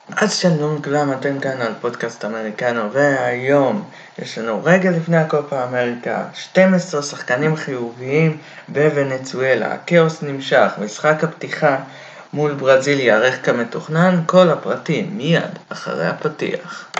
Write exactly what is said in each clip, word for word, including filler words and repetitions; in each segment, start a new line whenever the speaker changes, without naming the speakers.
אז שלום לכולם, אתם כאן על פודקאסט אמריקנו, והיום יש לנו רגע לפני הקופה אמריקה, שנים עשר שחקנים חיוביים בוונצואלה. הכאוס נמשך, משחק הפתיחה מול ברזיל יארך כמתוכנן, כל הפרטים מיד אחרי הפתיח.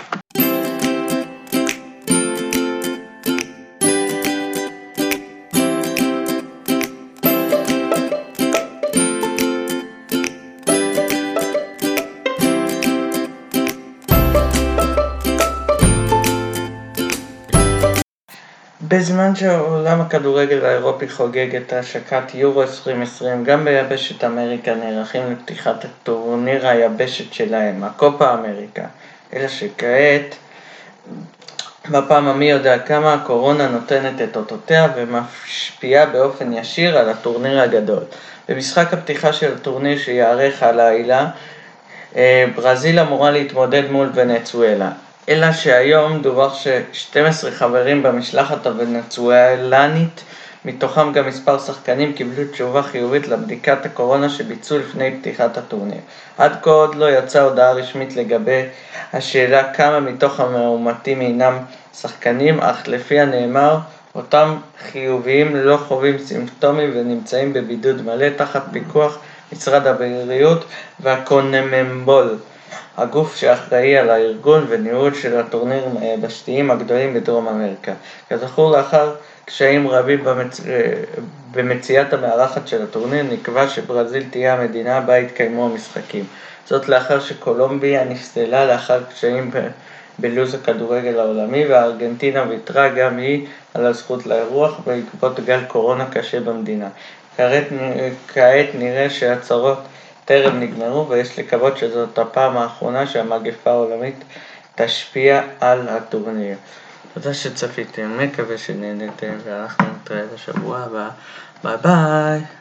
בזמן שעולם הכדורגל האירופי חוגג את השקת יורו עשרים עשרים, גם ביבשת אמריקה נערכים לפתיחת הטורניר היבשת שלהם, הקופה אמריקה. אלא שכעת, בפעם המי יודע כמה, הקורונה נותנת את אותותיה ומשפיעה באופן ישיר על הטורניר הגדול. במשחק הפתיחה של הטורניר שיערך הלילה, ברזיל אמורה להתמודד מול ונצואלה. אלא שהיום דווח ש-שנים עשר חברים במשלחת הוונצואלנית, מתוכם גם מספר שחקנים, קיבלו תשובה חיובית לבדיקת הקורונה שביצעו לפני פתיחת הטורניר. עד כה עוד לא יצאה הודעה רשמית לגבי השאלה כמה מתוך המאומתים אינם שחקנים, אך לפי הנאמר, אותם חיוביים לא חווים סימפטומים ונמצאים בבידוד מלא תחת פיקוח משרד הבריאות והקונמבול, הגוף שאחראי על הארגון וניהול של הטורנירים היבשתיים הגדולים בדרום אמריקה. כזכור, לאחר קשיים רבים במצ... במציאת המארחת של הטורניר, נקבע שברזיל תהיה המדינה בה יתקיימו המשחקים. זאת לאחר שקולומביה נפסלה לאחר קשיים ב... בלוז הכדורגל העולמי, והארגנטינה ויתרה גם היא על הזכות לאירוח בעקבות גל קורונה קשה במדינה. כעת, כעת נראה שהצהרות טרם נגמרו, ויש לקוות שזאת הפעם האחרונה שהמגפה העולמית תשפיע על הטורניר. תודה שצפיתם, מקווה שנהנתם, ואנחנו נתראה בשבוע הבא. ביי ביי.